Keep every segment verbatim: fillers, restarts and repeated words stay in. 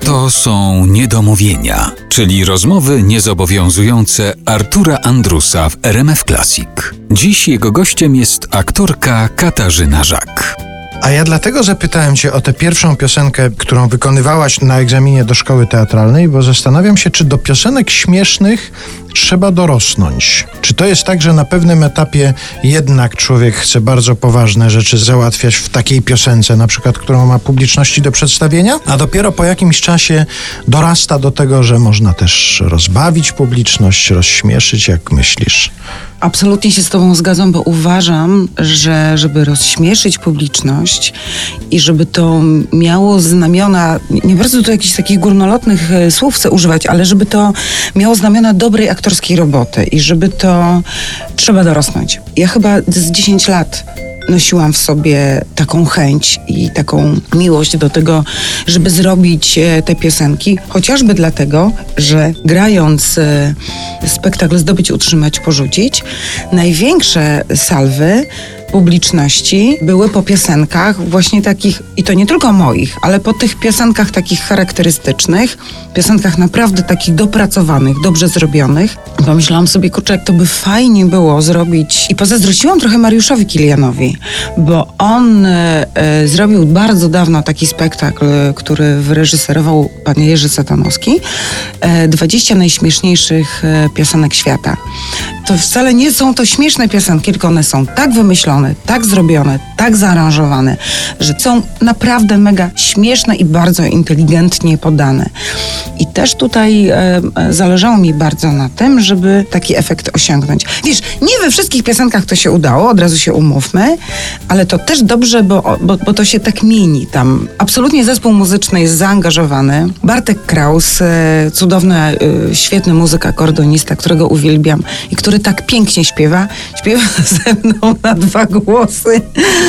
To są niedomówienia, czyli rozmowy niezobowiązujące Artura Andrusa w R M F Classic. Dziś jego gościem jest aktorka Katarzyna Żak. A ja dlatego zapytałem cię o tę pierwszą piosenkę, którą wykonywałaś na egzaminie do szkoły teatralnej, bo zastanawiam się, czy do piosenek śmiesznych trzeba dorosnąć. Czy to jest tak, że na pewnym etapie jednak człowiek chce bardzo poważne rzeczy załatwiać w takiej piosence, na przykład, którą ma publiczności do przedstawienia, a dopiero po jakimś czasie dorasta do tego, że można też rozbawić publiczność, rozśmieszyć, jak myślisz? Absolutnie się z tobą zgadzam, bo uważam, że żeby rozśmieszyć publiczność i żeby to miało znamiona, nie bardzo tu jakichś takich górnolotnych słów chcę używać, ale żeby to miało znamiona dobrej aktorskiej roboty i żeby to trzeba dorosnąć. Ja chyba z dziesięć lat nosiłam w sobie taką chęć i taką miłość do tego, żeby zrobić te piosenki, chociażby dlatego, że grając spektakl Zdobyć, Utrzymać, Porzucić, największe salwy publiczności były po piosenkach właśnie takich, i to nie tylko moich, ale po tych piosenkach takich charakterystycznych, piosenkach naprawdę takich dopracowanych, dobrze zrobionych. Pomyślałam sobie, kurczę, jak to by fajnie było zrobić. I pozazdrościłam trochę Mariuszowi Kilianowi, bo on e, zrobił bardzo dawno taki spektakl, który wyreżyserował pan Jerzy Satanowski, e, dwadzieścia najśmieszniejszych e, piosenek świata. To wcale nie są to śmieszne piosenki, tylko one są tak wymyślone, tak zrobione, tak zaaranżowane, że są naprawdę mega śmieszne i bardzo inteligentnie podane. I też tutaj e, zależało mi bardzo na tym, żeby taki efekt osiągnąć. Wiesz, nie we wszystkich piosenkach to się udało, od razu się umówmy, ale to też dobrze, bo, bo, bo to się tak mieni tam. Absolutnie zespół muzyczny jest zaangażowany. Bartek Kraus, e, cudowny, e, świetny muzyk, akordonista, którego uwielbiam i który tak pięknie śpiewa. Śpiewa ze mną na dwa głosy.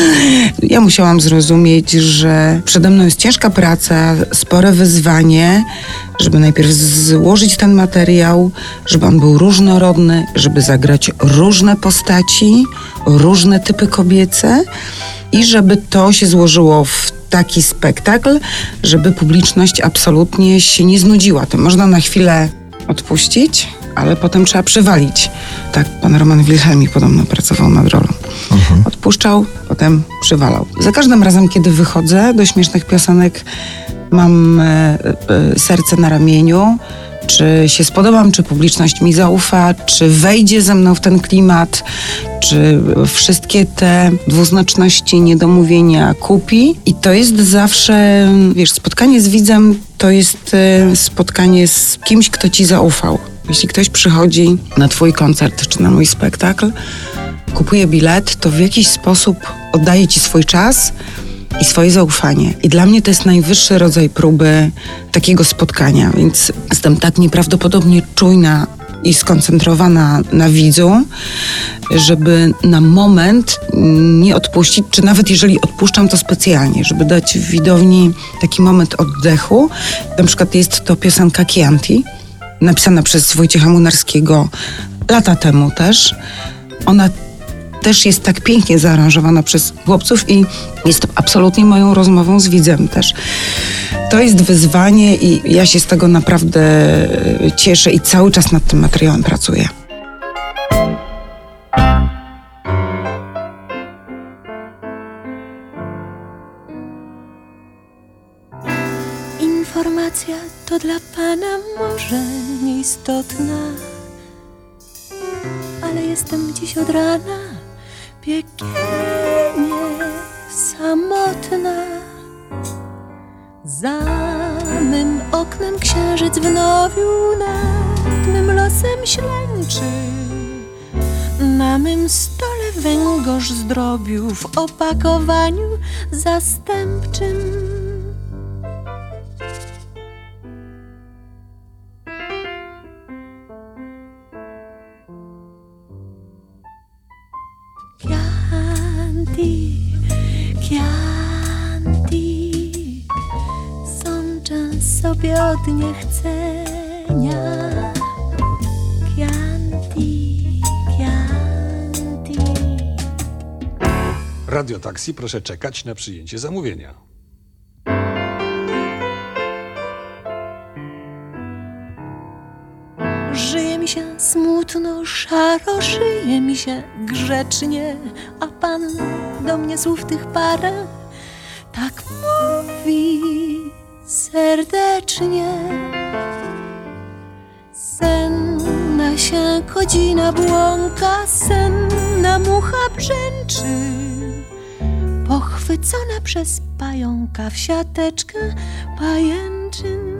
Ja musiałam zrozumieć, że przede mną jest ciężka praca, spore wyzwanie, żeby najpierw złożyć ten materiał, żeby on był różnorodny, żeby zagrać różne postaci, różne typy kobiece i żeby to się złożyło w taki spektakl, żeby publiczność absolutnie się nie znudziła. To można na chwilę odpuścić, ale potem trzeba przywalić. Tak pan Roman Wilhelmik podobno pracował nad rolą. Mhm. Odpuszczał, potem przywalał. Za każdym razem, kiedy wychodzę do śmiesznych piosenek, mam e, e, serce na ramieniu, czy się spodobam, czy publiczność mi zaufa, czy wejdzie ze mną w ten klimat, czy wszystkie te dwuznaczności, niedomówienia kupi. I to jest zawsze, wiesz, spotkanie z widzem to jest e, spotkanie z kimś, kto ci zaufał. Jeśli ktoś przychodzi na twój koncert, czy na mój spektakl, kupuje bilet, to w jakiś sposób oddaje ci swój czas i swoje zaufanie. I dla mnie to jest najwyższy rodzaj próby takiego spotkania, więc jestem tak nieprawdopodobnie czujna i skoncentrowana na widzu, żeby na moment nie odpuścić, czy nawet jeżeli odpuszczam, to specjalnie, żeby dać widowni taki moment oddechu. Na przykład jest to piosenka Chianti, napisana przez Wojciecha Młynarskiego lata temu też. Ona też jest tak pięknie zaaranżowana przez chłopców i jest absolutnie moją rozmową z widzem też. To jest wyzwanie i ja się z tego naprawdę cieszę i cały czas nad tym materiałem pracuję. Informacja to dla pana może nieistotna, ale jestem dziś od rana piekielnie samotna. Za mym oknem księżyc w nowiu nad mym losem ślęczy. Na mym stole węgorz zdrobił w opakowaniu zastępczym. Chianti, Chianti, sączę sobie od niechcenia. Chianti, Chianti. Radiotaksi, proszę czekać na przyjęcie zamówienia. mi się smutno, szaro, szyje mi się grzecznie, a pan do mnie słów tych parę tak mówi serdecznie. Senna się godzina błąka, senna mucha brzęczy, pochwycona przez pająka w siateczkę pajęczyn.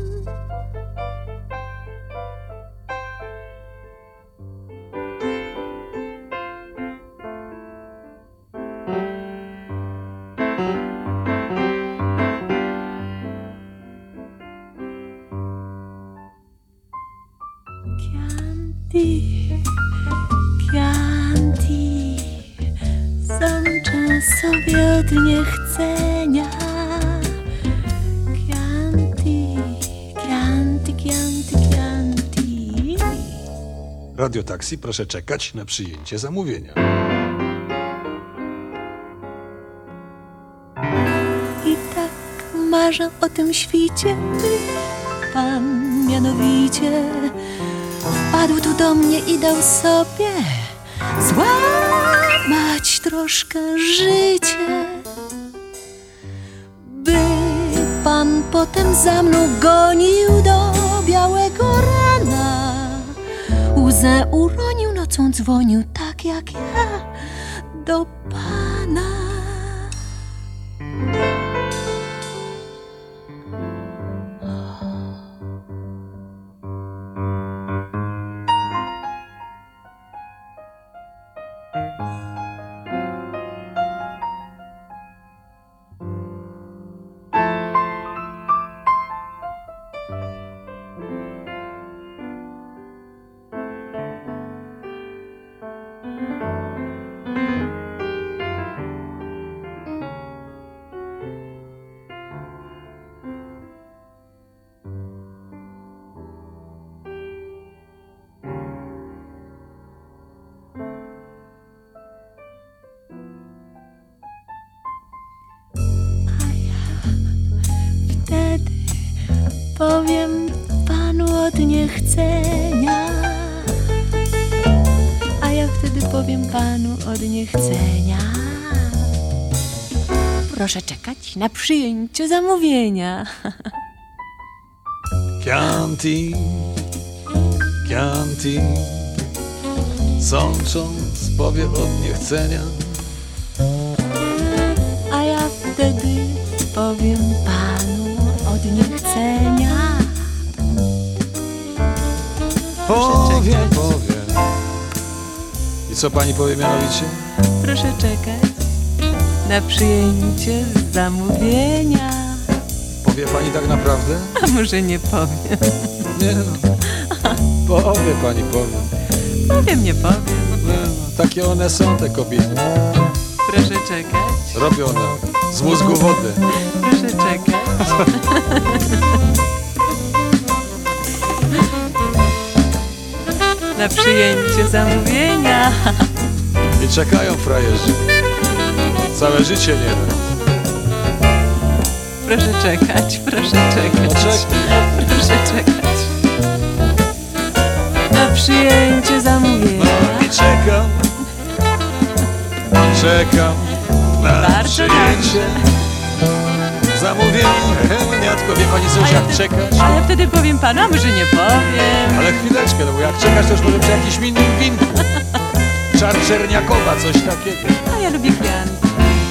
Chianti, Chianti, sączę sobie od niechcenia. Chianti, Chianti, Chianti, Chianti. Radio Taxi, proszę czekać na przyjęcie zamówienia. I tak marzę o tym świcie, pan mianowicie wpadł tu do mnie i dał sobie złamać troszkę życie, by pan potem za mną gonił do białego rana. Łzę uronił, nocą dzwonił tak jak ja do pana. Wtedy powiem panu od niechcenia, a ja wtedy powiem panu od niechcenia. Proszę czekać na przyjęcie zamówienia. Chianti, Chianti, sącząc powie od niechcenia. A ja wtedy powiem panu od niechcenia. Powiem, powiem. I co pani powie mianowicie? Proszę czekać na przyjęcie zamówienia. Powie pani tak naprawdę? A może nie powiem? Nie no. Powie pani, powie. Powiem, nie powiem. Nie no. Takie one są, te kobiety. Proszę czekać. Robią nam z mózgu wodę. Proszę czekać. Na przyjęcie zamówienia. I czekają frajerzy. Całe życie nie wiem. Proszę czekać, proszę czekać. No czekaj. Proszę czekać. Na przyjęcie zamówienia. No i czekam. Czekam na Bardzo przyjęcie zamówienia. Tylko wie pani coś, jak czekać? A ja wtedy powiem panu, a może nie powiem. Ale chwileczkę, no bo jak czekasz, to już może przy jakimś innym winku. Czar Czerniakowa, coś takiego. A ja lubię Chianti.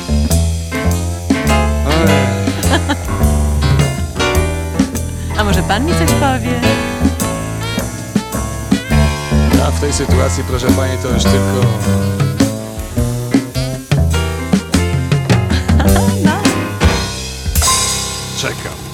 A może pan mi coś powie? Ja w tej sytuacji, proszę pani, to już tylko... No. czekam.